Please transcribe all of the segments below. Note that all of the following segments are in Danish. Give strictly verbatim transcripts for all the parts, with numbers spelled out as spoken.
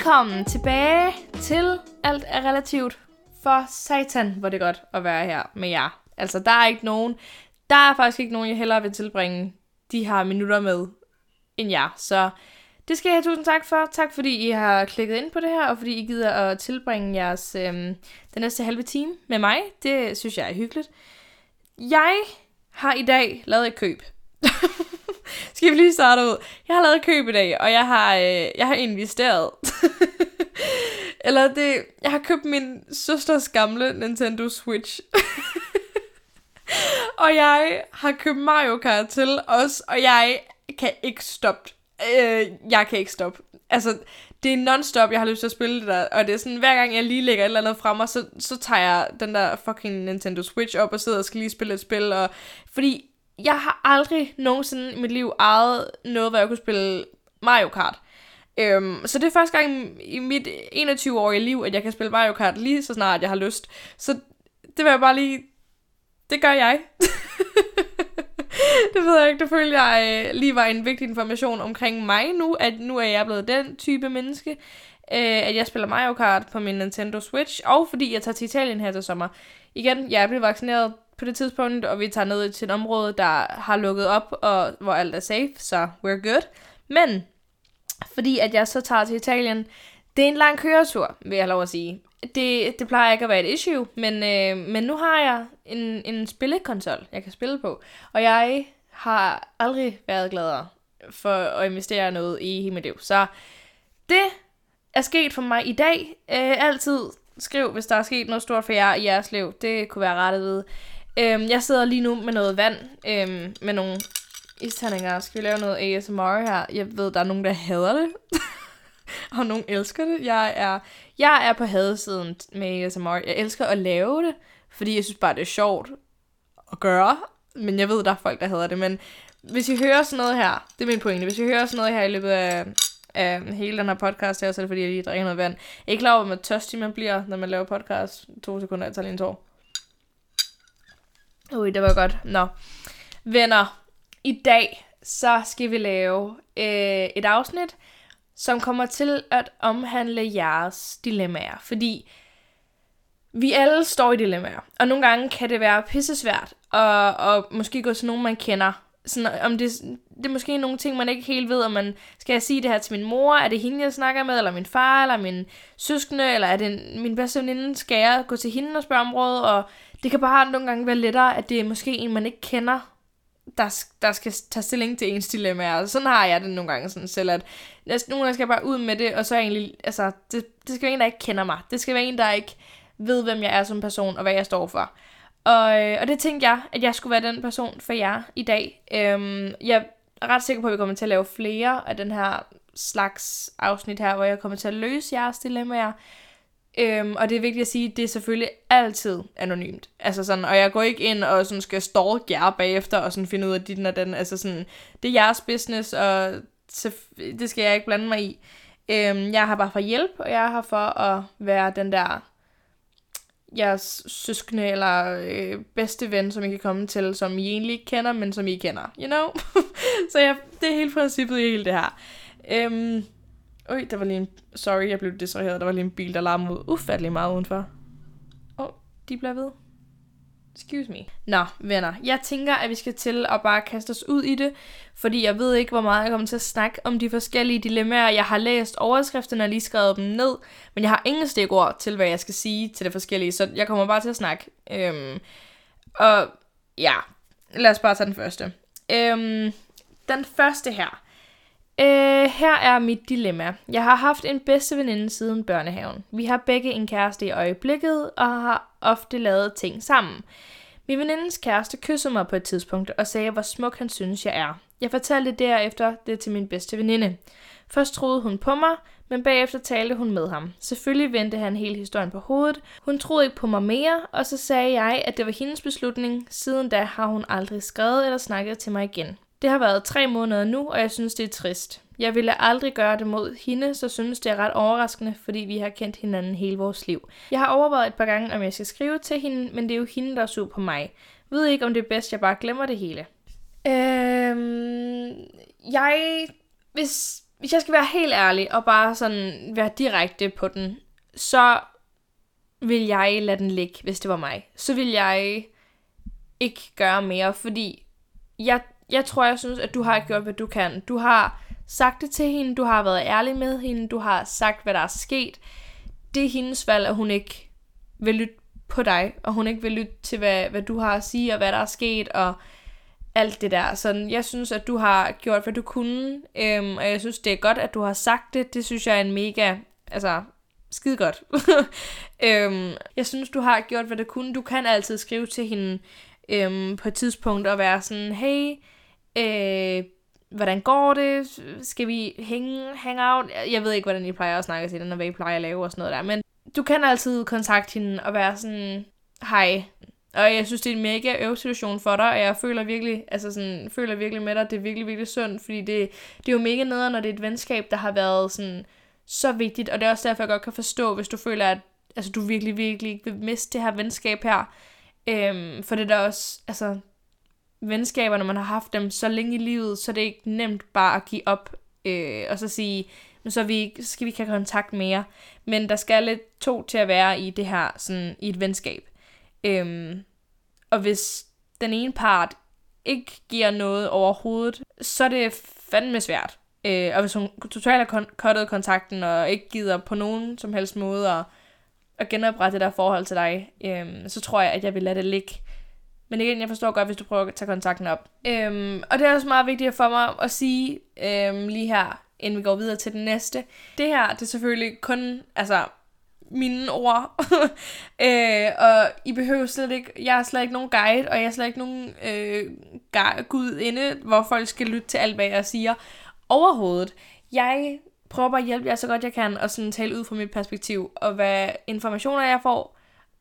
Velkommen tilbage til Alt er relativt. For satan, hvor det godt at være her med jer. Altså, der er ikke nogen, der er faktisk ikke nogen, jeg hellere vil tilbringe de her minutter med, end jer. Så det skal jeg have tusind tak for. Tak fordi I har klikket ind på det her, og fordi I gider at tilbringe jeres øhm, den næste halve time med mig. Det synes jeg er hyggeligt. Jeg har i dag lavet et køb. Skal vi lige starte ud? Jeg har lavet et køb i dag, og jeg har, øh, jeg har investeret. Eller det, jeg har købt min søsters gamle Nintendo Switch. Og jeg har købt Mario Kart til os, og jeg kan ikke stoppe. Øh, jeg kan ikke stoppe. Altså, det er non-stop, jeg har lyst til at spille det der. Og det er sådan, hver gang jeg lige lægger et eller andet frem mig, så, så tager jeg den der fucking Nintendo Switch op og sidder og skal lige spille et spil. Og, fordi jeg har aldrig nogensinde i mit liv ejet noget, hvor jeg kunne spille Mario Kart. Øhm, så det er første gang i mit enogtyve-årige liv, at jeg kan spille Mario Kart lige så snart jeg har lyst. Så det vil jeg bare lige... Det gør jeg. Det ved jeg ikke, det følte jeg øh, lige var en vigtig information omkring mig nu, at nu er jeg blevet den type menneske, øh, at jeg spiller Mario Kart på min Nintendo Switch, og fordi jeg tager til Italien her til sommer. Igen, jeg er blevet vaccineret på det tidspunkt, og vi tager ned til et område, der har lukket op, og hvor alt er safe, så we're good. Men, fordi at jeg så tager til Italien, det er en lang køretur, vil jeg lov at sige. Det, det plejer ikke at være et issue, men, øh, men nu har jeg en, en spillekonsol, jeg kan spille på. Og jeg har aldrig været gladere for at investere noget i hele mit liv. Så det er sket for mig i dag. Øh, altid skriv, hvis der er sket noget stort for jer i jeres liv. Det kunne være ret at vide. Øh, jeg sidder lige nu med noget vand, øh, med nogle isterninger. Skal vi lave noget A S M R her? Jeg ved, der er nogen, der hader det. Og nogen elsker det. Jeg er, jeg er på hadesiden med A S M R. Jeg elsker at lave det, fordi jeg synes bare, det er sjovt at gøre. Men jeg ved, der er folk, der hader det. Men hvis I hører sådan noget her, det er min pointe. Hvis I hører sådan noget her i løbet af, af hele den her podcast her, så er det fordi, jeg lige drikker noget vand. Jeg er ikke klar over, hvor tørstig man bliver, når man laver podcast. To sekunder, jeg tager lige en tår. Ui, det var godt. Nå. Venner, i dag, så skal vi lave øh, et afsnit, som kommer til at omhandle jeres dilemmaer. Fordi vi alle står i dilemmaer. Og nogle gange kan det være pissesvært at, at måske gå til nogen, man kender. Sådan, om det, det er måske nogle ting, man ikke helt ved, om man skal jeg sige det her til min mor, er det hende, jeg snakker med, eller min far, eller min søskende, eller er det min bedste veninde, skal jeg gå til hende og spørge om råd, og det kan bare nogle gange være lettere, at det er måske en, man ikke kender, der, der skal tage stilling til ens dilemmaer. Sådan har jeg det nogle gange sådan selv, at nogle gange skal jeg bare ud med det, og så egentlig, altså, det, det skal være en, der ikke kender mig. Det skal være en, der ikke ved, hvem jeg er som person, og hvad jeg står for. Og, og det tænkte jeg, at jeg skulle være den person for jer i dag. Øhm, jeg er ret sikker på, at vi kommer til at lave flere af den her slags afsnit her, hvor jeg kommer til at løse jeres dilemmaer. Øhm, og det er vigtigt at sige, at det er selvfølgelig altid anonymt. Altså sådan, og jeg går ikke ind og sådan skal stalke jer bagefter og sådan finde ud af dit og den. Altså sådan, det er jeres business, og det skal jeg ikke blande mig i. Øhm, jeg har bare for hjælp, og jeg har for at være den der jeres søskende eller øh, bedste ven, som I kan komme til, som I egentlig ikke kender, men som I kender, you know? Så ja, det er hele princippet i hele det her. Øhm, Øj, der var lige en... Sorry, jeg blev distraheret. Der var lige en bil, der larmede ud ufattelig meget udenfor. Åh, oh, de bliver ved. Excuse me. Nå, venner. Jeg tænker, at vi skal til at bare kaste os ud i det. Fordi jeg ved ikke, hvor meget jeg kommer til at snakke om de forskellige dilemmaer. Jeg har læst overskrifterne og lige skrevet dem ned. Men jeg har ingen stikord til, hvad jeg skal sige til det forskellige. Så jeg kommer bare til at snakke. Øhm, og ja, lad os bare tage den første. Øhm, den første her. Uh, her er mit dilemma. Jeg har haft en bedste veninde siden børnehaven. Vi har begge en kæreste i øjeblikket, og har ofte lavet ting sammen. Min venindes kæreste kyssede mig på et tidspunkt, og sagde, hvor smuk han synes, jeg er. Jeg fortalte derefter det til min bedste veninde. Først troede hun på mig, men bagefter talte hun med ham. Selvfølgelig vendte han hele historien på hovedet. Hun troede ikke på mig mere, og så sagde jeg, at det var hendes beslutning. Siden da har hun aldrig skrevet eller snakket til mig igen. Det har været tre måneder nu, og jeg synes, det er trist. Jeg ville aldrig gøre det mod hende, så synes det er ret overraskende, fordi vi har kendt hinanden hele vores liv. Jeg har overvejet et par gange, om jeg skal skrive til hende, men det er jo hende, der er sur på mig. Ved ikke, om det er bedst, jeg bare glemmer det hele. Øhm, jeg... Hvis, hvis jeg skal være helt ærlig, og bare sådan være direkte på den, så vil jeg lade den ligge, hvis det var mig. Så vil jeg ikke gøre mere, fordi jeg, jeg tror, jeg synes, at du har gjort, hvad du kan. Du har sagt det til hende, du har været ærlig med hende, du har sagt, hvad der er sket. Det er hendes valg, at hun ikke vil lytte på dig, og hun ikke vil lytte til, hvad, hvad du har at sige, og hvad der er sket, og alt det der. Så jeg synes, at du har gjort, hvad du kunne, øhm, og jeg synes, det er godt, at du har sagt det. Det synes jeg er en mega, altså, skide godt. øhm, jeg synes, du har gjort, hvad du kunne. Du kan altid skrive til hende øhm, på et tidspunkt, og være sådan, hey, øh, hvordan går det? Skal vi hænge, hang out? Jeg ved ikke, hvordan I plejer at snakke til den, og hvad I plejer at lave og sådan noget der, men du kan altid kontakte hende og være sådan, hej. Og jeg synes, det er en mega øvesituation for dig, og jeg føler virkelig, altså sådan, føler virkelig med dig, det er virkelig, virkelig synd, fordi det, det er jo mega nederen, når det er et venskab, der har været sådan så vigtigt, og det er også derfor, jeg godt kan forstå, hvis du føler, at altså, du virkelig, virkelig ikke vil miste det her venskab her. Øhm, for det er da også, altså, venskaber, når man har haft dem så længe i livet, så er det ikke nemt bare at give op, øh, og så sige, så, er vi, så skal vi ikke have kontakt mere. Men der skal lidt to til at være i det her, sådan i et venskab. Øhm, og hvis den ene part ikke giver noget overhovedet, så er det fandme svært. Øh, og hvis hun totalt har cuttet kontakten, og ikke gider på nogen som helst måde at, at genoprette det der forhold til dig, øhm, så tror jeg, at jeg vil lade det ligge. Men igen, jeg forstår godt, hvis du prøver at tage kontakten op. Øhm, og det er også meget vigtigt for mig at sige øhm, lige her, inden vi går videre til den næste. Det her, det er selvfølgelig kun, altså, mine ord. øh, og I behøver slet ikke, jeg er slet ikke nogen guide, og jeg er slet ikke nogen øh, gudinde, hvor folk skal lytte til alt, hvad jeg siger. Overhovedet. Jeg prøver bare at hjælpe jer så godt jeg kan, og sådan tale ud fra mit perspektiv, og hvad informationer jeg får,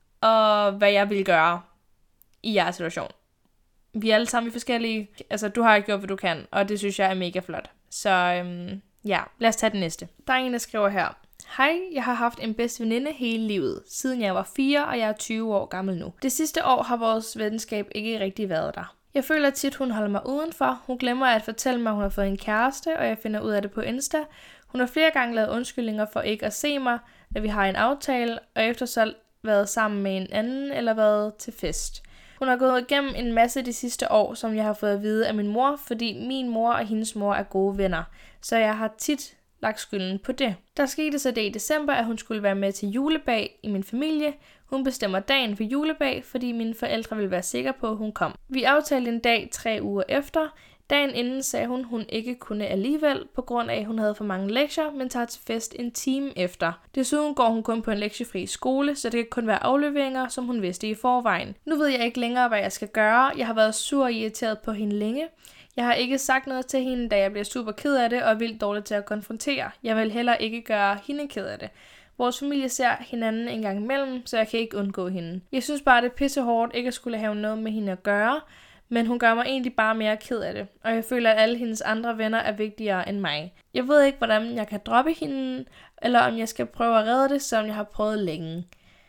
og hvad jeg vil gøre i jeres situation. Vi er alle sammen i forskellige, altså du har gjort, hvad du kan, og det synes jeg er mega flot. Så øhm, ja, lad os tage den næste. Der er en, der skriver her. Hej, jeg har haft en bedste veninde hele livet, siden jeg var fire, og jeg er tyve år gammel nu. Det sidste år har vores venskab ikke rigtig været der. Jeg føler tit, hun holder mig udenfor. Hun glemmer at fortælle mig, at hun har fået en kæreste, og jeg finder ud af det på Insta. Hun har flere gange lavet undskyldninger for ikke at se mig, når vi har en aftale, og efter så været sammen med en anden eller været til fest. Hun har gået igennem en masse de sidste år, som jeg har fået at vide af min mor, fordi min mor og hendes mor er gode venner. Så jeg har tit lagt skylden på det. Der skete så det i december, at hun skulle være med til julebag i min familie. Hun bestemmer dagen for julebag, fordi mine forældre ville være sikre på, at hun kom. Vi aftalte en dag tre uger efter. Dagen inden sagde hun, hun ikke kunne alligevel, på grund af, at hun havde for mange lektier, men tager til fest en time efter. Desuden går hun kun på en lektiefri skole, så det kan kun være afleveringer, som hun vidste i forvejen. Nu ved jeg ikke længere, hvad jeg skal gøre. Jeg har været sur og irriteret på hende længe. Jeg har ikke sagt noget til hende, da jeg bliver super ked af det og er vildt dårlig til at konfrontere. Jeg vil heller ikke gøre hende ked af det. Vores familie ser hinanden en gang imellem, så jeg kan ikke undgå hende. Jeg synes bare, det er pissehårdt ikke at skulle have noget med hende at gøre, men hun gør mig egentlig bare mere ked af det, og jeg føler, at alle hendes andre venner er vigtigere end mig. Jeg ved ikke, hvordan jeg kan droppe hende, eller om jeg skal prøve at redde det, som jeg har prøvet længe.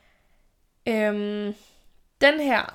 Øhm, den her.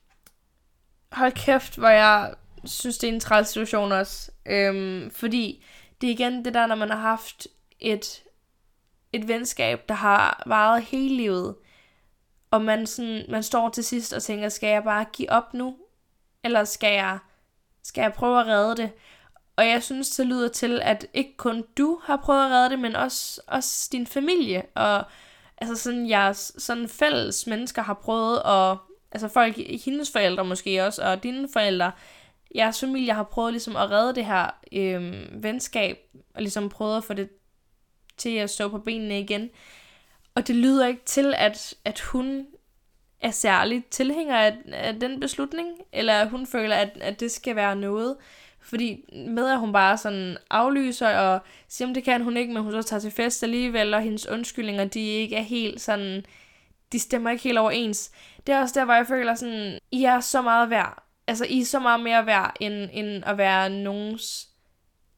Hold kæft, hvor jeg synes, det er en træls situation også. Øhm, fordi det er igen det der, når man har haft et, et venskab, der har varet hele livet, og man, sådan, man står til sidst og tænker, skal jeg bare give op nu? Eller skal jeg, skal jeg prøve at redde det? Og jeg synes, det lyder til, at ikke kun du har prøvet at redde det, men også, også din familie. Og altså sådan jeres sådan fælles mennesker har prøvet, og altså folk, hendes forældre måske også, og dine forældre, jeres familie har prøvet ligesom at redde det her øh, venskab, og ligesom prøvet at få det til at stå på benene igen. Og det lyder ikke til, at, at hun er særligt tilhænger af, af den beslutning, eller at hun føler, at, at det skal være noget. Fordi med at hun bare sådan aflyser og siger, om det kan hun ikke, men hun så tager til fest alligevel, og hendes undskyldninger, de ikke er helt sådan, de stemmer ikke helt overens. Det er også der, hvor jeg føler sådan, I er så meget værd. Altså, I er så meget mere værd, end, end at være nogens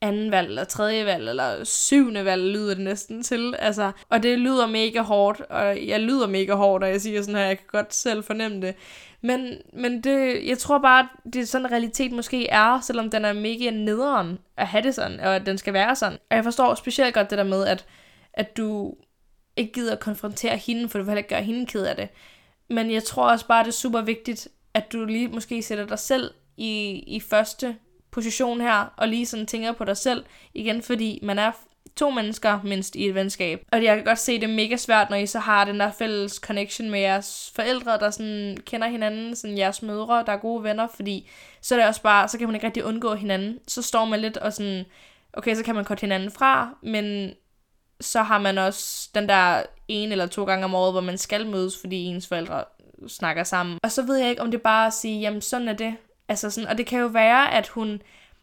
anden valg, eller tredje valg, eller syvende valg, lyder det næsten til. Altså, og det lyder mega hårdt, og jeg lyder mega hårdt, når jeg siger sådan her, jeg kan godt selv fornemme det. Men, men det, jeg tror bare, det er sådan, realitet måske er, selvom den er mega nederen at have det sådan, og at den skal være sådan. Og jeg forstår specielt godt det der med, at, at du ikke gider at konfrontere hende, for du vil heller ikke gøre hende ked af det. Men jeg tror også bare, det er super vigtigt, at du lige måske sætter dig selv i, i første position her, og lige sådan tænker på dig selv igen, fordi man er to mennesker mindst i et venskab. Og jeg kan godt se, det er mega svært, når I så har den der fælles connection med jeres forældre, der sådan kender hinanden, sådan jeres mødre, der er gode venner, fordi så er det også bare, så kan man ikke rigtig undgå hinanden. Så står man lidt og sådan, okay, så kan man korte hinanden fra, men så har man også den der en eller to gange om året, hvor man skal mødes, fordi ens forældre snakker sammen. Og så ved jeg ikke, om det er bare at sige, jamen sådan er det. Altså sådan, og det kan jo være, at hun,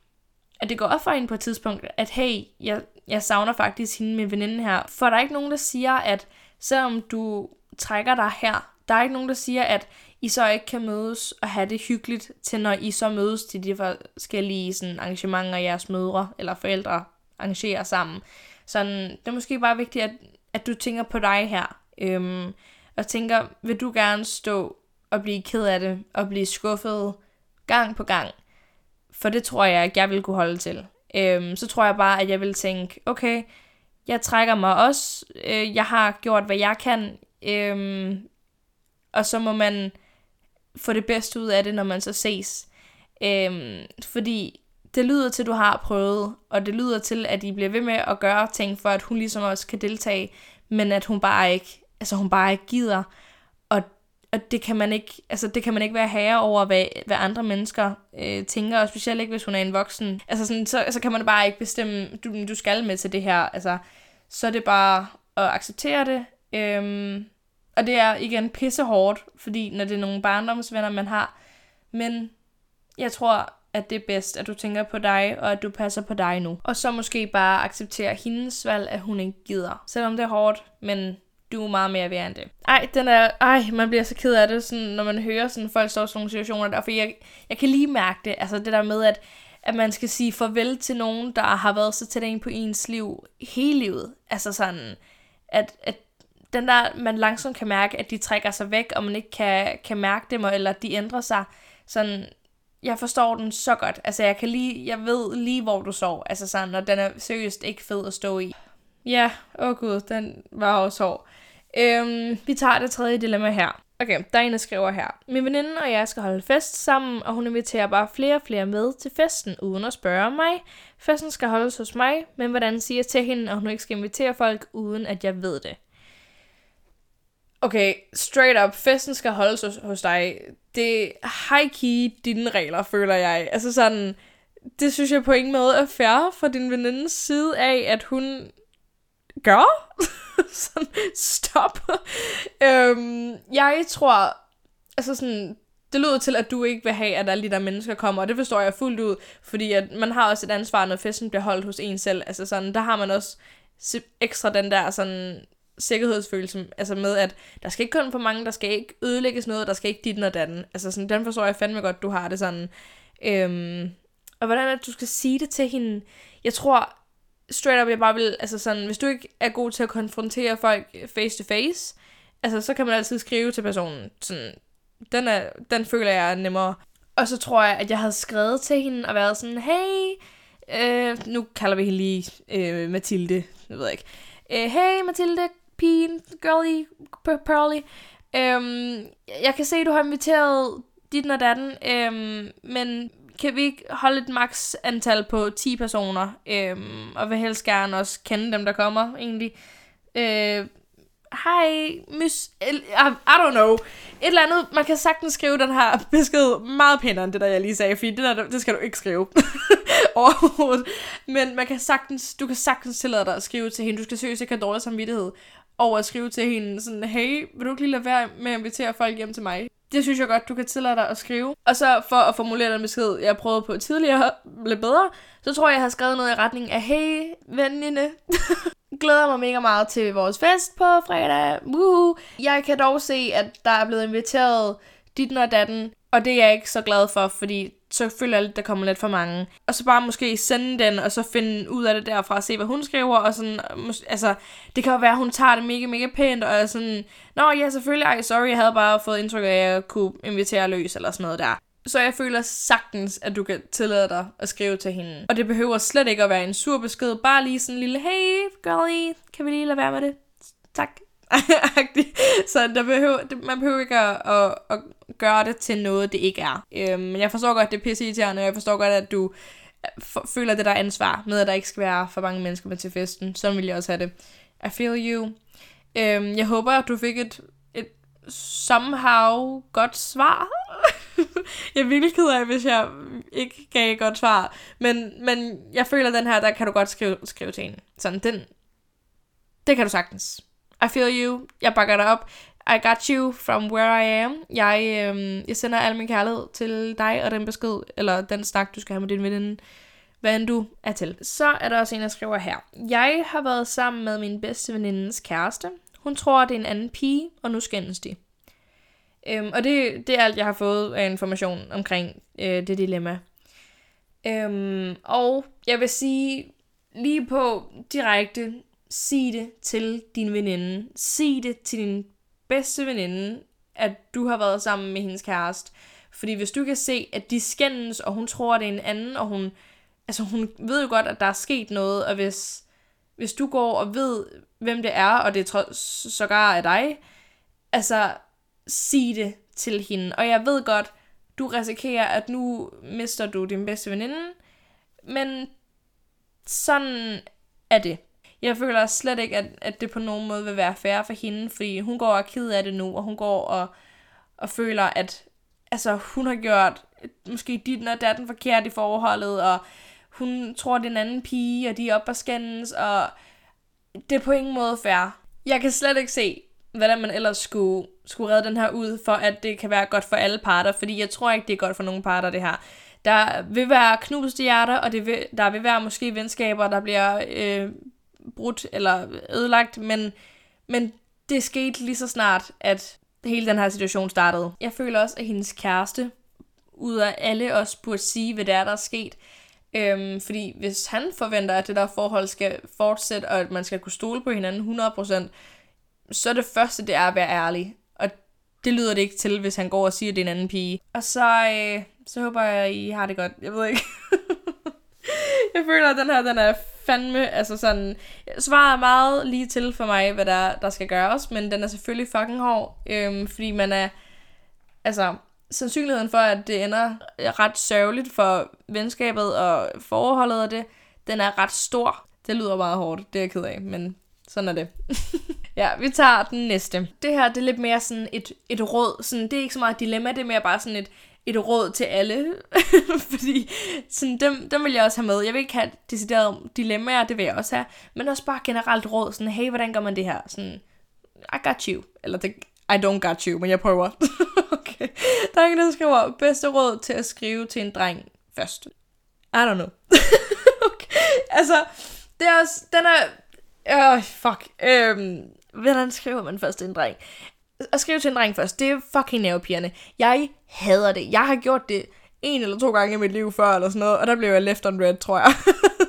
at det går op for hende på et tidspunkt, at hey, jeg, jeg savner faktisk hende med veninden her. For der er ikke nogen, der siger, at selvom du trækker dig her, der er ikke nogen, der siger, at I så ikke kan mødes og have det hyggeligt til, når I så mødes til de forskellige sådan, arrangementer, jeres mødre eller forældre arrangerer sammen. Sådan, det er måske bare vigtigt, at, at du tænker på dig her. Øhm, og tænker, vil du gerne stå og blive ked af det, og blive skuffet gang på gang? For det tror jeg, at jeg vil kunne holde til. Øhm, så tror jeg bare, at jeg vil tænke, okay, jeg trækker mig også. Øh, jeg har gjort, hvad jeg kan. Øhm, og så må man få det bedste ud af det, når man så ses. Øhm, fordi det lyder til, at du har prøvet, og det lyder til, at I bliver ved med at gøre ting, for at hun ligesom også kan deltage, men at hun bare ikke, altså hun bare ikke gider. Og Og det kan man ikke, altså det kan man ikke være herre over, hvad, hvad andre mennesker øh, tænker, og specielt ikke, hvis hun er en voksen. Altså sådan, så, så kan man bare ikke bestemme, du, du skal med til det her. Altså, så er det bare at acceptere det. Øhm, og det er igen pissehårdt, fordi når det er nogle barndomsvenner, man har. Men jeg tror, at det er bedst, at du tænker på dig, og at du passer på dig nu. Og så måske bare acceptere hendes valg, at hun ikke gider. Selvom det er hårdt, men du er meget mere værd end det. Ej, den er, ej, man bliver så ked af det, sådan, når man hører sådan, folk står i sådan nogle situationer der, for jeg, jeg kan lige mærke det, altså det der med, at, at man skal sige farvel til nogen, der har været så tæt ind på ens liv hele livet. Altså sådan, at, at den der, man langsomt kan mærke, at de trækker sig væk, og man ikke kan, kan mærke dem, eller de ændrer sig. Sådan, jeg forstår den så godt. Altså jeg kan lige, jeg ved lige, hvor du sov. Altså sådan, og den er seriøst ikke fed at stå i. Ja, åh oh gud, den var også hård. Øhm, vi tager det tredje dilemma her. Okay, der er en, der skriver her. Min veninde og jeg skal holde fest sammen, og hun inviterer bare flere og flere med til festen, uden at spørge mig. Festen skal holdes hos mig, men hvordan siger jeg til hende, at hun ikke skal invitere folk, uden at jeg ved det? Okay, straight up, festen skal holdes hos, hos dig. Det er high-key dine regler, føler jeg. Altså sådan, det synes jeg på ingen måde er fair fra din venindes side af, at hun gør. Sådan, stop. øhm, jeg tror, altså sådan, det lyder til, at du ikke vil have, at alle de der mennesker kommer, og det forstår jeg fuldt ud, fordi at man har også et ansvar, når festen bliver holdt hos en selv. Altså sådan, der har man også ekstra den der sådan sikkerhedsfølelse, altså med, at der skal ikke komme for mange, der skal ikke ødelægges noget, der skal ikke dit og datten. Altså sådan, den forstår jeg fandme godt, du har det sådan. Øhm, og hvordan er det, du skal sige det til hende? Jeg tror, straight up, jeg bare vil, altså sådan, hvis du ikke er god til at konfrontere folk face to face, altså så kan man altid skrive til personen. Sådan, den, er, den føler jeg er nemmere. Og så tror jeg, at jeg havde skrevet til hende og været sådan, hey, øh, nu kalder vi hende lige øh, Mathilde, jeg ved ikke. Øh, hey Mathilde, pigen, girly, pearly. Øhm, jeg kan se, du har inviteret dit og datten, øhm, men kan vi ikke holde et maks antal på ti personer, øhm, og vil helst gerne også kende dem, der kommer, egentlig. Øh, Hej, mys... I, I don't know. Et eller andet, man kan sagtens skrive den her besked meget pænere end det, der jeg lige sagde, fordi det der, det skal du ikke skrive overhovedet. Men man kan sagtens, du kan sagtens tillade dig at skrive til hende. Du skal seriøst ikke have dårlig samvittighed over at skrive til hende sådan, hey, vil du ikke lige lade være med at invitere folk hjem til mig? Det synes jeg godt, du kan tillade dig at skrive. Og så for at formulere den besked, jeg prøvede på tidligere, lidt bedre, så tror jeg, jeg har skrevet noget i retning af, hey, veninde, glæder mig mega meget til vores fest på fredag. Woohoo. Jeg kan dog se, at der er blevet inviteret dit og datten, og det er jeg ikke så glad for, fordi så føler jeg lidt, der kommer lidt for mange. Og så bare måske sende den, og så finde ud af det derfra, og se, hvad hun skriver, og sådan, altså, det kan jo være, at hun tager det mega, mega pænt, og er sådan, nå ja, selvfølgelig, ej, sorry, jeg havde bare fået indtryk af, at jeg kunne invitere løs, eller sådan noget der. Så jeg føler sagtens, at du kan tillade dig at skrive til hende. Og det behøver slet ikke at være en sur besked, bare lige sådan en lille, hey, girlie, kan vi lige lade være med det? Tak. Så der behøver, man behøver ikke at, at, at gøre det til noget, det ikke er. Øhm, men jeg forstår godt, at det er pisseirriterende, og jeg forstår godt, at du for, føler, det der ansvar med, at der ikke skal være for mange mennesker med til festen. Sådan vil jeg også have det. I feel you. Øhm, jeg håber, at du fik et, et somehow godt svar. Jeg er virkelig ked af, hvis jeg ikke gav et godt svar. Men, men jeg føler, at den her, der kan du godt skrive, skrive til en. Sådan, den, det kan du sagtens. I feel you. Jeg bakker dig op. I got you from where I am. Jeg, øhm, jeg sender al min kærlighed til dig og den besked, eller den snak, du skal have med din veninde, hvad end du er til. Så er der også en, der skriver her. Jeg har været sammen med min bedste venindes kæreste. Hun tror, det er en anden pige, og nu skændes de. Øhm, og det, det er alt, jeg har fået af information omkring øh, det dilemma. Øhm, og jeg vil sige lige på direkte, sig det til din veninde. Sig det til din bedste veninde, at du har været sammen med hendes kæreste. Fordi hvis du kan se, at de skændes, og hun tror, det er en anden, og hun, altså hun ved jo godt, at der er sket noget, og hvis, hvis du går og ved, hvem det er, og det er sågar af dig, altså sig det til hende. Og jeg ved godt, du risikerer, at nu mister du din bedste veninde, men sådan er det. Jeg føler slet ikke, at, at det på nogen måde vil være fair for hende, fordi hun går og er ked af det nu, og hun går og, og føler, at altså, hun har gjort måske dit og datten forkert i forholdet, og hun tror, det er en anden pige, og de er oppe og skændes, og det er på ingen måde fair. Jeg kan slet ikke se, hvordan man ellers skulle, skulle redde den her ud, for at det kan være godt for alle parter, fordi jeg tror ikke, det er godt for nogen parter, det her. Der vil være knuste hjerter, og det vil, der vil være måske venskaber, der bliver øh, brudt eller ødelagt, men, men det skete lige så snart, at hele den her situation startede. Jeg føler også, at hendes kæreste, ud af alle os, burde sige, hvad det er, der er sket. Øhm, fordi hvis han forventer, at det der forhold skal fortsætte, og at man skal kunne stole på hinanden hundrede procent, så det første, det er at være ærlig. Og det lyder det ikke til, hvis han går og siger, at det er en anden pige. Og så, øh, så håber jeg, at I har det godt. Jeg ved ikke. Jeg føler, at den her, den er fandme, altså sådan, svarer meget lige til for mig, hvad der, der skal gøres, men den er selvfølgelig fucking hård, øhm, fordi man er, altså, sandsynligheden for, at det ender ret sørgeligt for venskabet og forholdet og det, den er ret stor. Det lyder meget hårdt, det er jeg ked af, men sådan er det. Ja, vi tager den næste. Det her, det er lidt mere sådan et, et råd, sådan, det er ikke så meget et dilemma, det er mere bare sådan et, et råd til alle, fordi sådan, dem, dem vil jeg også have med. Jeg vil ikke have deciderede dilemmaer, det vil jeg også have, men også bare generelt råd, sådan, hey, hvordan gør man det her? Sådan, I got you, eller det, I don't got you, men jeg prøver. Okay. Der er ingen, der skriver, bedste råd til at skrive til en dreng først. I don't know. Okay. Altså, det er også, den er, åh, oh, fuck, øhm, hvordan skriver man først til en dreng? At skrive til en dreng først, det er fucking nervepirrende. Jeg hader det. Jeg har gjort det en eller to gange i mit liv før, eller sådan noget, og der blev jeg left on red, tror jeg.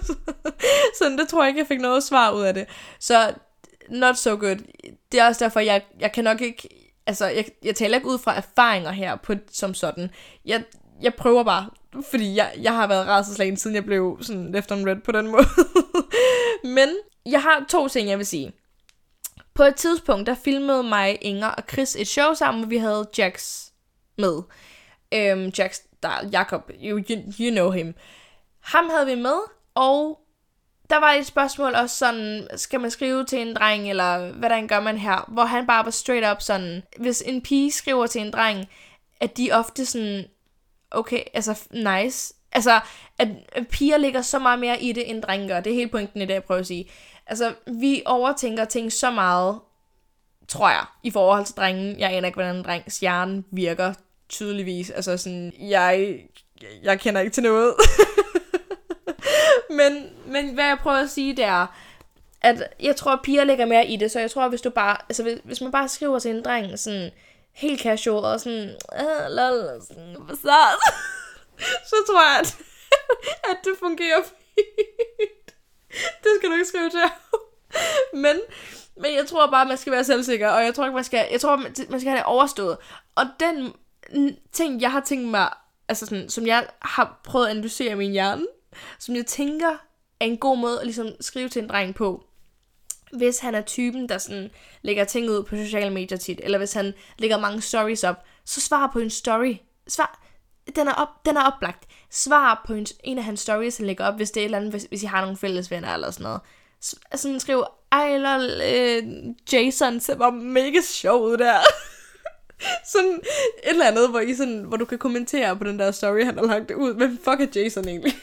Så det tror jeg ikke, jeg fik noget svar ud af det. Så, not so good. Det er også derfor, jeg, jeg kan nok ikke, altså, jeg, jeg taler ikke ud fra erfaringer her, på, som sådan. Jeg, jeg prøver bare, fordi jeg, jeg har været rædselsslagen, siden jeg blev sådan left on red på den måde. Men, jeg har to ting, jeg vil sige. På et tidspunkt, der filmede mig, Inger og Chris et show sammen, hvor vi havde Jax med. Øhm, Jax, der er Jacob, you, you, you know him. Ham havde vi med, og der var et spørgsmål også sådan, skal man skrive til en dreng, eller hvordan gør man her? Hvor han bare var straight up sådan, hvis en pige skriver til en dreng, at de ofte sådan, okay, altså nice. Altså, at piger ligger så meget mere i det, end drenge gør. Det er hele pointen i det, jeg prøver at sige. Altså, vi overtænker ting så meget, tror jeg, i forhold til drengen. Jeg aner ikke, hvordan en drengs hjerne virker tydeligvis. Altså sådan, jeg, jeg kender ikke til noget. men, men hvad jeg prøver at sige, det er, at jeg tror, at piger lægger mere i det. Så jeg tror, hvis du bare, altså hvis, hvis man bare skriver til en dreng, sådan, helt casual og sådan, øh, lol, sådan, så, så tror jeg, at, at det fungerer fint. Det skal du ikke skrive til. Men, men jeg tror bare, man skal være selvsikker, og jeg tror ikke, man skal, jeg tror, man skal have det overstået. Og den ting, jeg har tænkt mig, altså sådan, som jeg har prøvet at analysere i min hjerne, som jeg tænker er en god måde at ligesom skrive til en dreng på, hvis han er typen, der sådan lægger ting ud på sociale medier tit, eller hvis han lægger mange stories op, så svar på en story. Svar, den er, op, den er oplagt. Svar på en, en af hans stories, han lægger op, hvis det er et eller andet, hvis, hvis I har nogle fælles venner eller sådan noget. Sådan skriv, ej lol, øh, Jason ser bare mega sjov ud der. Sådan et eller andet, hvor, I sådan, hvor du kan kommentere på den der story, han har lagt ud. Hvem fuck er Jason egentlig?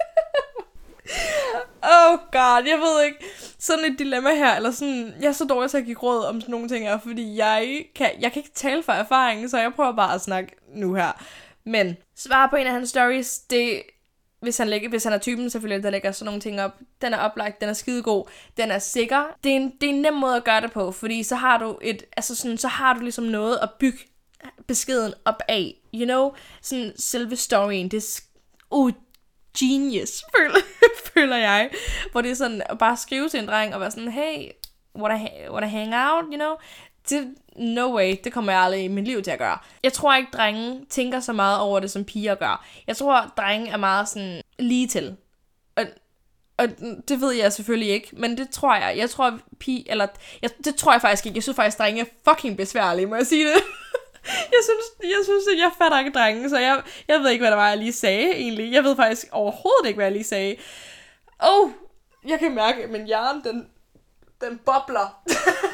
Oh god, jeg ved ikke. Sådan et dilemma her, eller sådan, jeg er så dårlig til at give råd om sådan nogle ting her, fordi jeg kan, jeg kan ikke tale fra erfaring, så jeg prøver bare at snakke nu her. Men svar på en af hans stories, det, hvis han, lægger, hvis han er typen selvfølgelig, der lægger sådan nogle ting op, den er oplagt, den er skidegod, den er sikker. Det er, en, det er en nem måde at gøre det på, fordi så har du et, altså sådan, så har du ligesom noget at bygge beskeden op af, you know? Sådan selve storyen, det er uh, genius, føler, føler jeg. Hvor det er sådan, at bare skrive til en dreng og være sådan, hey, wanna, wanna hang out, you know? Det, no way, det kommer jeg aldrig i mit liv til at gøre. Jeg tror ikke, drenge tænker så meget over det, som piger gør. Jeg tror, at drenge er meget sådan lige til. Og, og det ved jeg selvfølgelig ikke, men det tror jeg. Jeg tror, pige, eller, jeg, det tror jeg faktisk ikke. Jeg synes faktisk, at drenge er fucking besværlige, må jeg sige det. Jeg synes, jeg synes, at jeg fatter ikke drenge, så jeg, jeg ved ikke, hvad der var, jeg lige sagde, egentlig. Jeg ved faktisk overhovedet ikke, hvad jeg lige sagde. Åh, oh, jeg kan mærke, at min hjerne, den, den bobler.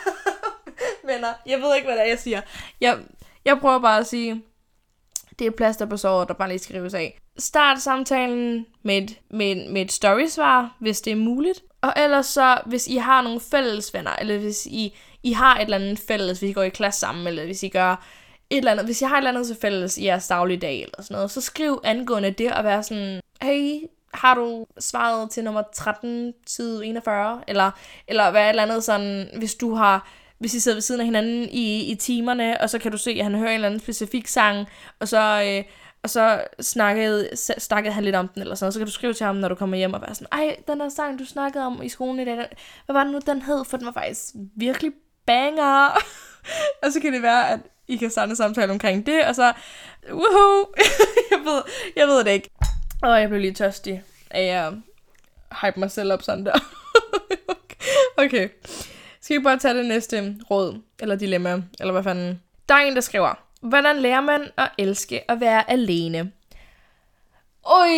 Venner, jeg ved ikke, hvad det er, jeg siger. Jeg, jeg prøver bare at sige, det er plaster på såret, der bare lige skrives af. Start samtalen med et, med, med et storysvar, hvis det er muligt. Og ellers så, hvis I har nogle fælles venner, eller hvis I, I har et eller andet fælles, hvis I går i klasse sammen, eller hvis I gør et eller andet, hvis I har et eller andet til fælles i jeres daglige dag, eller sådan noget, så skriv angående det, og være sådan, hey, har du svaret til nummer tretten, side enogfyrre, eller, eller hvad et eller andet sådan, hvis du har, hvis I sidder ved siden af hinanden i, i timerne, og så kan du se, at han hører en eller anden specifik sang, og så, øh, og så snakkede, snakkede han lidt om den, eller sådan noget, så kan du skrive til ham, når du kommer hjem, og være sådan, ej, den der sang, du snakkede om i skolen i dag, hvad var det nu, den hed, for den var faktisk virkelig banger. Og så kan det være, at I kan starte en samtale omkring det, og så, woohoo, jeg, ved, jeg ved det ikke. Og jeg blev lige tørstig af at hype mig selv op sådan der. Okay. Skal vi bare tage det næste råd, eller dilemma, eller hvad fanden. Der er en, der skriver, hvordan lærer man at elske at være alene? Oj,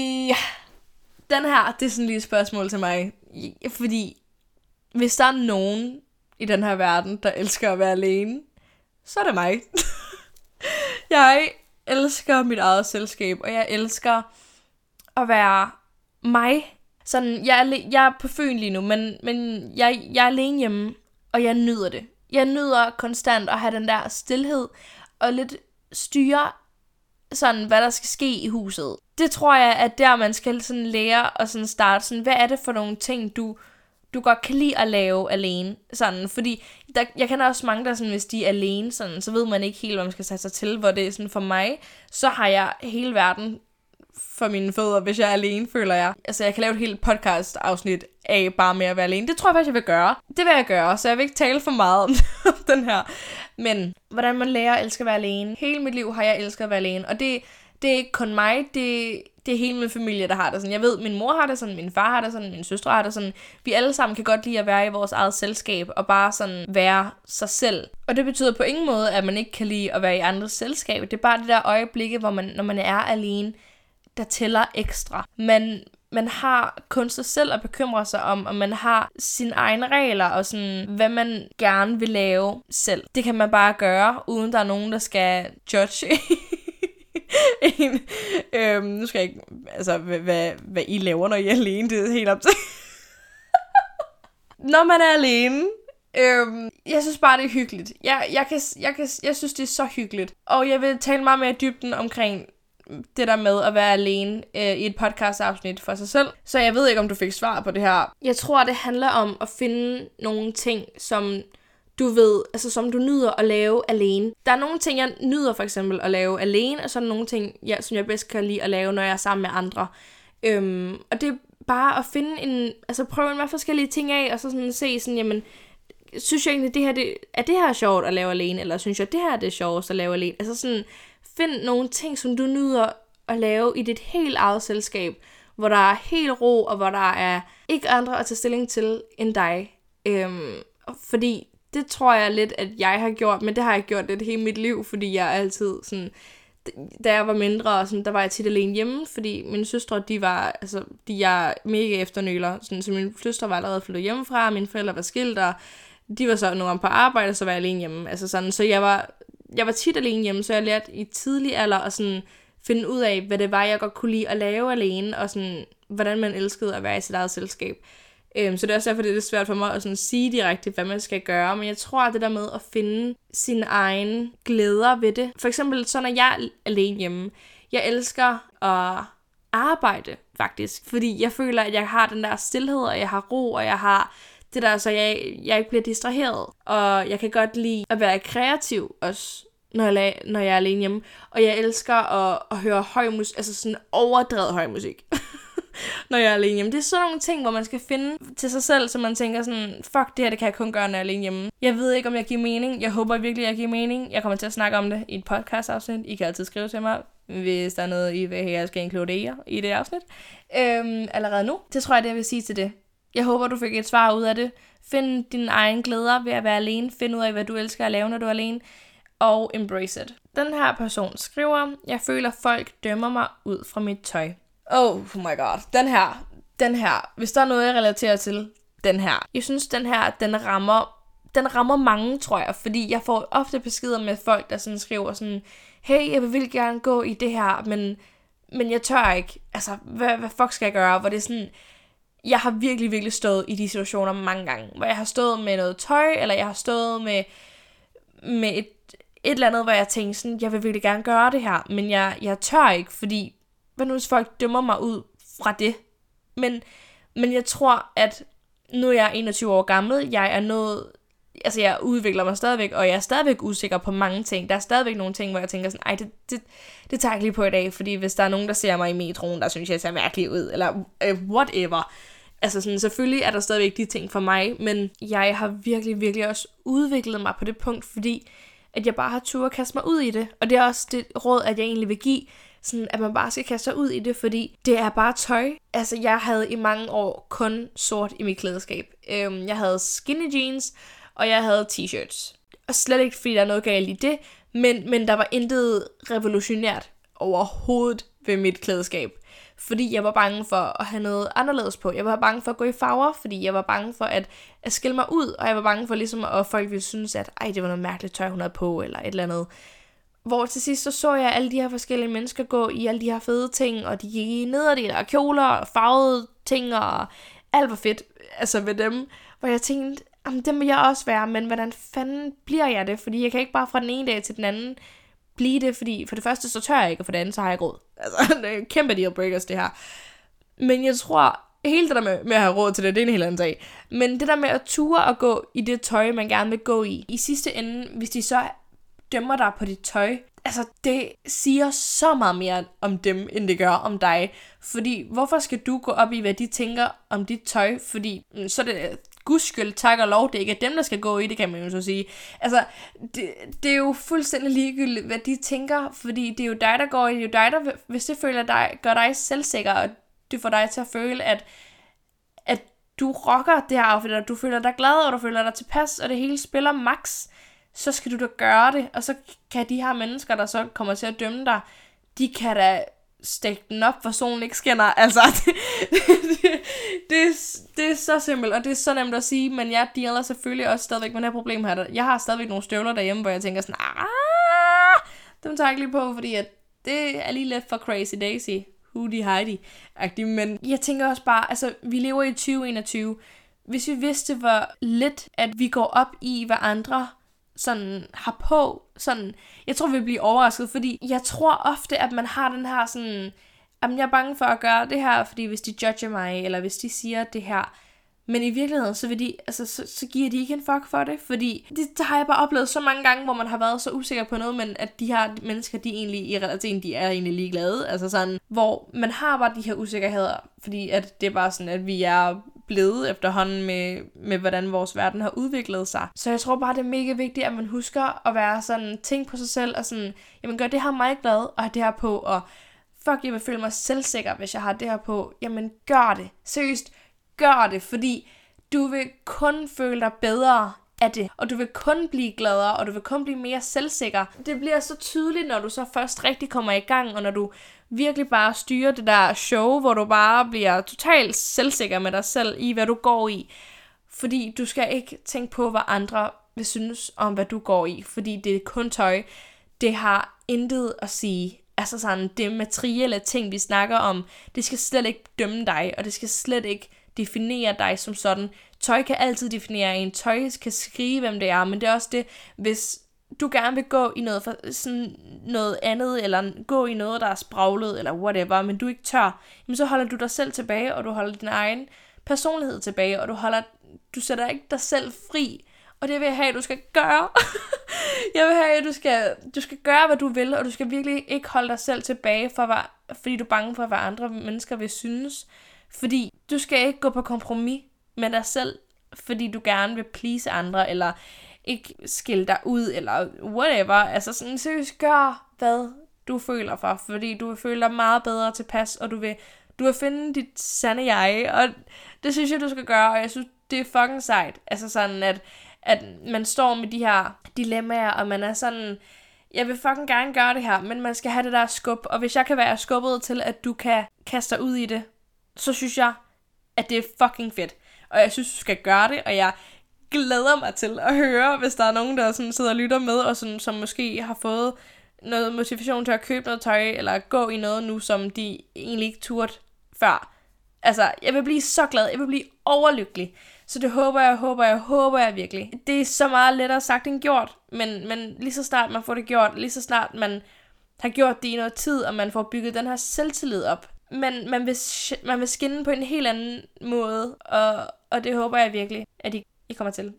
den her, det er sådan lige et spørgsmål til mig. Fordi, hvis der er nogen i den her verden, der elsker at være alene, så er det mig. Jeg elsker mit eget selskab, og jeg elsker at være mig. Sådan, jeg er, jeg er på Fyn lige nu, men, men jeg, jeg er alene hjemme, og jeg nyder det. Jeg nyder konstant at have den der stilhed, og lidt styre, sådan, hvad der skal ske i huset. Det tror jeg, at der man skal sådan lære og sådan starte, sådan, hvad er det for nogle ting, du, du godt kan lide at lave alene. Sådan, fordi der, jeg kender også mange, der sådan, hvis de er alene, sådan, så ved man ikke helt, hvad man skal sætte sig til, hvor det er sådan for mig, så har jeg hele verden for mine fødder, hvis jeg er alene, føler jeg. Altså, jeg kan lave et helt podcast-afsnit af bare med at være alene. Det tror jeg faktisk, jeg vil gøre. Det vil jeg gøre, så jeg vil ikke tale for meget om den her. Men, hvordan man lærer at elske at være alene. Hele mit liv har jeg elsket at være alene, og det, det er ikke kun mig, det, det er hele min familie, der har det sådan. Jeg ved, min mor har det sådan, min far har det sådan, min søstre har det sådan. Vi alle sammen kan godt lide at være i vores eget selskab, og bare sådan være sig selv. Og det betyder på ingen måde, at man ikke kan lide at være i andres selskab. Det er bare det der øjeblikke, hvor man, når man er alene, der tæller ekstra. Man, man har kun sig selv at bekymre sig om, og man har sine egne regler, og sådan, hvad man gerne vil lave selv. Det kan man bare gøre, uden der er nogen, der skal judge en. Øhm, nu skal jeg ikke, altså, hvad, hvad, hvad I laver, når I er alene, det er helt op til. Når man er alene, øhm, jeg synes bare, det er hyggeligt. Jeg, jeg, kan, jeg, kan, jeg synes, det er så hyggeligt. Og jeg vil tale meget mere i dybden omkring det der med at være alene øh, i et podcast-afsnit for sig selv. Så jeg ved ikke, om du fik svar på det her. Jeg tror, det handler om at finde nogle ting, som du ved, altså som du nyder at lave alene. Der er nogle ting, jeg nyder for eksempel at lave alene, og så er der nogle ting, jeg, som jeg bedst kan lide at lave, når jeg er sammen med andre. Øhm, og det er bare at finde en, altså prøve en masse forskellige ting af, og så sådan se sådan, jamen, synes jeg egentlig, det her, det, er det her sjovt at lave alene, eller synes jeg, det her det er sjovt at lave alene? Altså sådan, find nogle ting, som du nyder at lave i dit helt eget selskab, hvor der er helt ro, og hvor der er ikke andre at tage stilling til end dig. Øhm, fordi det tror jeg lidt, at jeg har gjort, men det har jeg gjort lidt hele mit liv, fordi jeg altid sådan, da jeg var mindre, sådan, der var jeg tit alene hjemme, fordi mine søstre, de var, altså, de er mega efternøler, sådan, så mine søstre var allerede flyttet hjemmefra, mine forældre var skilt, og de var så nogle gange på arbejde, og så var jeg alene hjemme, altså sådan, så jeg var, jeg var tit alene hjemme, så jeg lærte i tidlig alder at sådan finde ud af, hvad det var, jeg godt kunne lide at lave alene, og sådan, hvordan man elskede at være i sit eget selskab. Øhm, så det er også derfor, det er lidt svært for mig at sådan sige direkte, hvad man skal gøre, men jeg tror, at det der med at finde sine egne glæder ved det, for eksempel så når jeg er alene hjemme, jeg elsker at arbejde faktisk, fordi jeg føler, at jeg har den der stilhed, og jeg har ro, og jeg har det der, så jeg, jeg ikke bliver distraheret, og jeg kan godt lide at være kreativ også, når jeg, når jeg er alene hjemme, og jeg elsker at, at høre høj musik, altså sådan overdrevet høj musik, når jeg er alene hjemme. Det er sådan nogle ting, hvor man skal finde til sig selv, så man tænker sådan, fuck, det her, det kan jeg kun gøre, når jeg er alene hjemme. Jeg ved ikke, om jeg giver mening. Jeg håber virkelig, jeg giver mening. Jeg kommer til at snakke om det i et podcast-afsnit. I kan altid skrive til mig, hvis der er noget, I vil have, jeg skal inkludere i det afsnit. Øhm, allerede nu. Det tror jeg, det jeg vil sige til det. Jeg håber, du fik et svar ud af det. Find dine egne glæder ved at være alene. Find ud af, hvad du elsker at lave, når du er alene. Og embrace it. Den her person skriver, jeg føler, folk dømmer mig ud fra mit tøj. Oh my god, den her, den her, hvis der er noget, jeg relaterer til, den her. Jeg synes, den her, den rammer, den rammer mange, tror jeg, fordi jeg får ofte beskeder med folk, der sådan skriver sådan, hey, jeg vil virkelig gerne gå i det her, men, men jeg tør ikke. Altså, hvad, hvad fuck skal jeg gøre? Hvor det er sådan, jeg har virkelig, virkelig stået i de situationer mange gange, hvor jeg har stået med noget tøj, eller jeg har stået med, med et, et eller andet, hvor jeg tænker sådan, jeg vil virkelig gerne gøre det her, men jeg, jeg tør ikke, fordi hvad nu hvis folk dømmer mig ud fra det? Men, men jeg tror, at nu er jeg enogtyve år gammel, jeg er nået, altså jeg udvikler mig stadigvæk, og jeg er stadigvæk usikker på mange ting. Der er stadigvæk nogle ting, hvor jeg tænker sådan, ej, det, det, det tager jeg ikke lige på i dag, fordi hvis der er nogen, der ser mig i metroen, der synes, jeg ser mærkelig ud, eller uh, whatever. Altså sådan, selvfølgelig er der stadigvæk de ting for mig, men jeg har virkelig, virkelig også udviklet mig på det punkt, fordi at jeg bare har tur at kaste mig ud i det. Og det er også det råd, at jeg egentlig vil give, sådan at man bare skal kaste sig ud i det, fordi det er bare tøj. Altså, jeg havde i mange år kun sort i mit klædeskab. Øhm, jeg havde skinny jeans, og jeg havde t-shirts. Og slet ikke, fordi der er noget galt i det, men, men der var intet revolutionært overhovedet ved mit klædeskab. Fordi jeg var bange for at have noget anderledes på. Jeg var bange for at gå i farver, fordi jeg var bange for at, at skille mig ud, og jeg var bange for ligesom, at folk ville synes, at ej, det var noget mærkeligt tøj, hun havde på, eller et eller andet. Hvor til sidst så så jeg alle de her forskellige mennesker gå i alle de her fede ting, og de gik i nederdel og kjoler og farvede ting, og alt var fedt altså ved dem. Hvor jeg tænkte, jamen det må jeg også være, men hvordan fanden bliver jeg det? Fordi jeg kan ikke bare fra den ene dag til den anden blive det, fordi for det første så tør jeg ikke, og for det andet så har jeg ikke råd. Altså, det er kæmpe deal breakers det her. Men jeg tror, hele det der med, med at have råd til det, det er en helt anden sag. Men det der med at ture og gå i det tøj, man gerne vil gå i, i sidste ende, hvis de så dømmer dig på dit tøj, altså det siger så meget mere om dem, end det gør om dig. Fordi hvorfor skal du gå op i, hvad de tænker om dit tøj? Fordi så er det gudskyld, tak og lov, det er ikke dem, der skal gå i, det kan man jo så sige. Altså, det, det er jo fuldstændig ligegyldigt, hvad de tænker, fordi det er jo dig, der går i, det er jo dig, der, hvis det føler dig, gør dig selvsikker, og det får dig til at føle, at, at du rocker det her outfit, og du føler dig glad, og du føler dig tilpas, og det hele spiller max, så skal du da gøre det, og så kan de her mennesker, der så kommer til at dømme dig, de kan da stikke den op, for solen ikke skinner. Altså, det, det, det, er, det er så simpelt, og det er så nemt at sige, men jeg dealer selvfølgelig også stadigvæk med det her problem her. Jeg har stadigvæk nogle støvler derhjemme, hvor jeg tænker sådan, ah, dem tager jeg ikke lige på, fordi at det er lige lidt for crazy daisy, hoodie heidi-agtigt, men jeg tænker også bare, altså, vi lever i tyve enogtyve. Hvis vi vidste, hvor lidt, at vi går op i, hvad andre sådan har på, sådan, jeg tror, vi bliver overrasket, fordi jeg tror ofte, at man har den her sådan, jamen jeg er bange for at gøre det her, fordi hvis de judger mig, eller hvis de siger det her, Men i virkeligheden, så, vil de, altså, så, så giver de ikke en fuck for det, fordi det, det har jeg bare oplevet så mange gange, hvor man har været så usikker på noget, men at de her mennesker, de egentlig i realiteten, de er egentlig ligeglade, altså sådan, hvor man har bare de her usikkerheder, fordi at det er bare sådan, at vi er blevet efterhånden med, med, hvordan vores verden har udviklet sig. Så jeg tror bare, det er mega vigtigt, at man husker at være sådan, tænk på sig selv, og sådan, jamen gør det her mig glad, og have det her på, og fuck, jeg vil føle mig selvsikker, hvis jeg har det her på, jamen gør det, seriøst, gør det, fordi du vil kun føle dig bedre af det, og du vil kun blive gladere, og du vil kun blive mere selvsikker. Det bliver så tydeligt, når du så først rigtig kommer i gang, og når du virkelig bare styrer det der show, hvor du bare bliver totalt selvsikker med dig selv i, hvad du går i. Fordi du skal ikke tænke på, hvad andre vil synes om, hvad du går i, fordi det er kun tøj. Det har intet at sige. Altså sådan, det materielle ting, vi snakker om, det skal slet ikke dømme dig, og det skal slet ikke definere dig som sådan. Tøj kan altid definere en. Tøj kan skrive, hvem det er, men det er også det, hvis du gerne vil gå i noget, for, sådan noget andet, eller gå i noget, der er spraglet, eller whatever, men du ikke tør, jamen så holder du dig selv tilbage, og du holder din egen personlighed tilbage, og du holder, du sætter ikke dig selv fri, og det vil jeg have, at du skal gøre. Jeg vil have, at du skal, du skal gøre, hvad du vil, og du skal virkelig ikke holde dig selv tilbage, for hvad, fordi du er bange for, hvad andre mennesker vil synes. Fordi du skal ikke gå på kompromis med dig selv, fordi du gerne vil please andre, eller ikke skille dig ud, eller whatever. Altså sådan, seriøst, gør, hvad du føler for, fordi du vil føle dig meget bedre tilpas, og du vil, du vil finde dit sande jeg, og det synes jeg, du skal gøre, og jeg synes, det er fucking sejt. Altså sådan, at, at man står med de her dilemmaer, og man er sådan, jeg vil fucking gerne gøre det her, men man skal have det der skub, og hvis jeg kan være skubbet til, at du kan kaste dig ud i det, så synes jeg, at det er fucking fedt. Og jeg synes, du skal gøre det, og jeg glæder mig til at høre, hvis der er nogen, der sådan sidder og lytter med, og sådan, som måske har fået noget motivation til at købe noget tøj, eller gå i noget nu, som de egentlig ikke turde før. Altså, jeg vil blive så glad, jeg vil blive overlykkelig. Så det håber jeg, håber jeg, håber jeg virkelig. Det er så meget lettere sagt end gjort, men, men lige så snart man får det gjort, lige så snart man har gjort det i noget tid, og man får bygget den her selvtillid op, men man vil, man vil skinne på en helt anden måde, og, og det håber jeg virkelig, at I, I kommer til.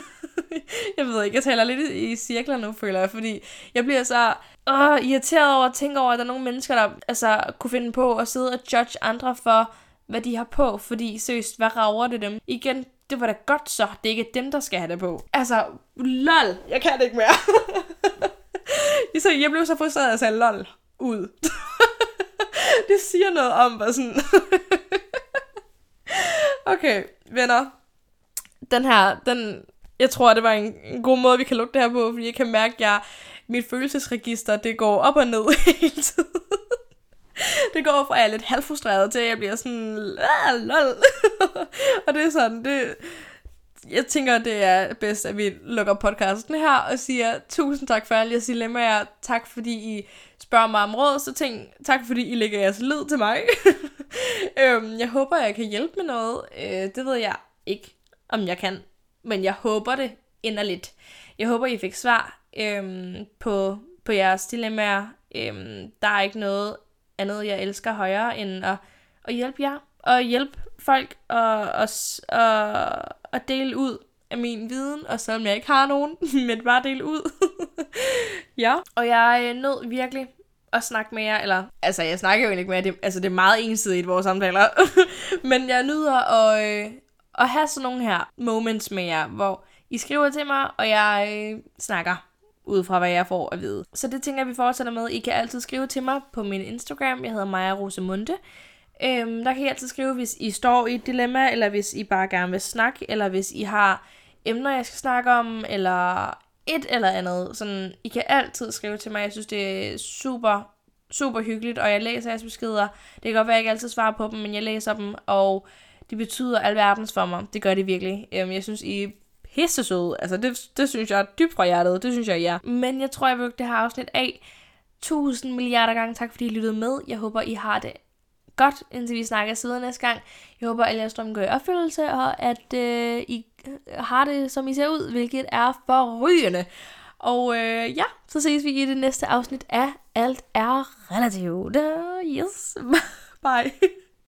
Jeg ved ikke, jeg taler lidt i cirkler nu, føler jeg, fordi jeg bliver så åh, irriteret over at tænke over, at der er nogle mennesker, der altså, kunne finde på at sidde og judge andre for, hvad de har på, fordi seriøst, hvad rager det dem? Igen, det var da godt så, det er ikke dem, der skal have det på. Altså, lol, jeg kan det ikke mere. Jeg blev så frustreret, at jeg sagde lol ud. Det siger noget om, hvad sådan... Okay, venner. Den her, den... Jeg tror, det var en, en god måde, vi kan lukke det her på, fordi jeg kan mærke, at jeg, mit følelsesregister, det går op og ned hele tiden. Det går fra, at jeg er lidt halvfrustreret til, at jeg bliver sådan... Ah, lol. Og det er sådan, det... Jeg tænker, det er bedst, at vi lukker podcasten her og siger tusind tak for alle jeres dilemmaer. Tak fordi I spørger mig om råd, så tænk, tak fordi I lægger jeres lid til mig. øhm, jeg håber, jeg kan hjælpe med noget. Øh, det ved jeg ikke, om jeg kan. Men jeg håber det inderligt. Jeg håber, I fik svar øhm, på, på jeres dilemmaer. Øhm, der er ikke noget andet, jeg elsker højere, end at, at hjælpe jer. Og hjælpe folk og, og, og, og dele ud af min viden. Og selvom jeg ikke har nogen, men bare dele ud. Ja, og jeg nød virkelig at snakke med jer. Eller, altså jeg snakker jo egentlig ikke med jer. Det, altså det er meget ensidigt i vores samtaler. Men jeg nyder at, øh, at have sådan nogle her moments med jer, hvor I skriver til mig, og jeg øh, snakker ud fra, hvad jeg får at vide. Så det tænker jeg, vi fortsætter med. I kan altid skrive til mig på min Instagram. Jeg hedder Maja Rosemunde. Øhm, der kan I altid skrive, hvis I står i et dilemma, eller hvis I bare gerne vil snakke, eller hvis I har emner, jeg skal snakke om, eller et eller andet. Sådan, I kan altid skrive til mig. Jeg synes, det er super, super hyggeligt, og jeg læser jeres beskeder. Det kan godt være, at jeg ikke altid svarer på dem, men jeg læser dem, og de betyder alverdens for mig. Det gør det virkelig. Øhm, jeg synes, I er pissesøde. Altså, det, det synes jeg er dybt fra hjertet. Det synes jeg, I er. Men jeg tror, jeg vil det her afsnit af. Tusind milliarder gange tak, fordi I lyttede med. Jeg håber, I har det godt, indtil vi snakker siden næste gang. Jeg håber, at jeres drømme går i opfyldelse, og at øh, I har det, som I ser ud, hvilket er forrygende. Og øh, ja, så ses vi i det næste afsnit af Alt er relativt. Uh, yes, bye.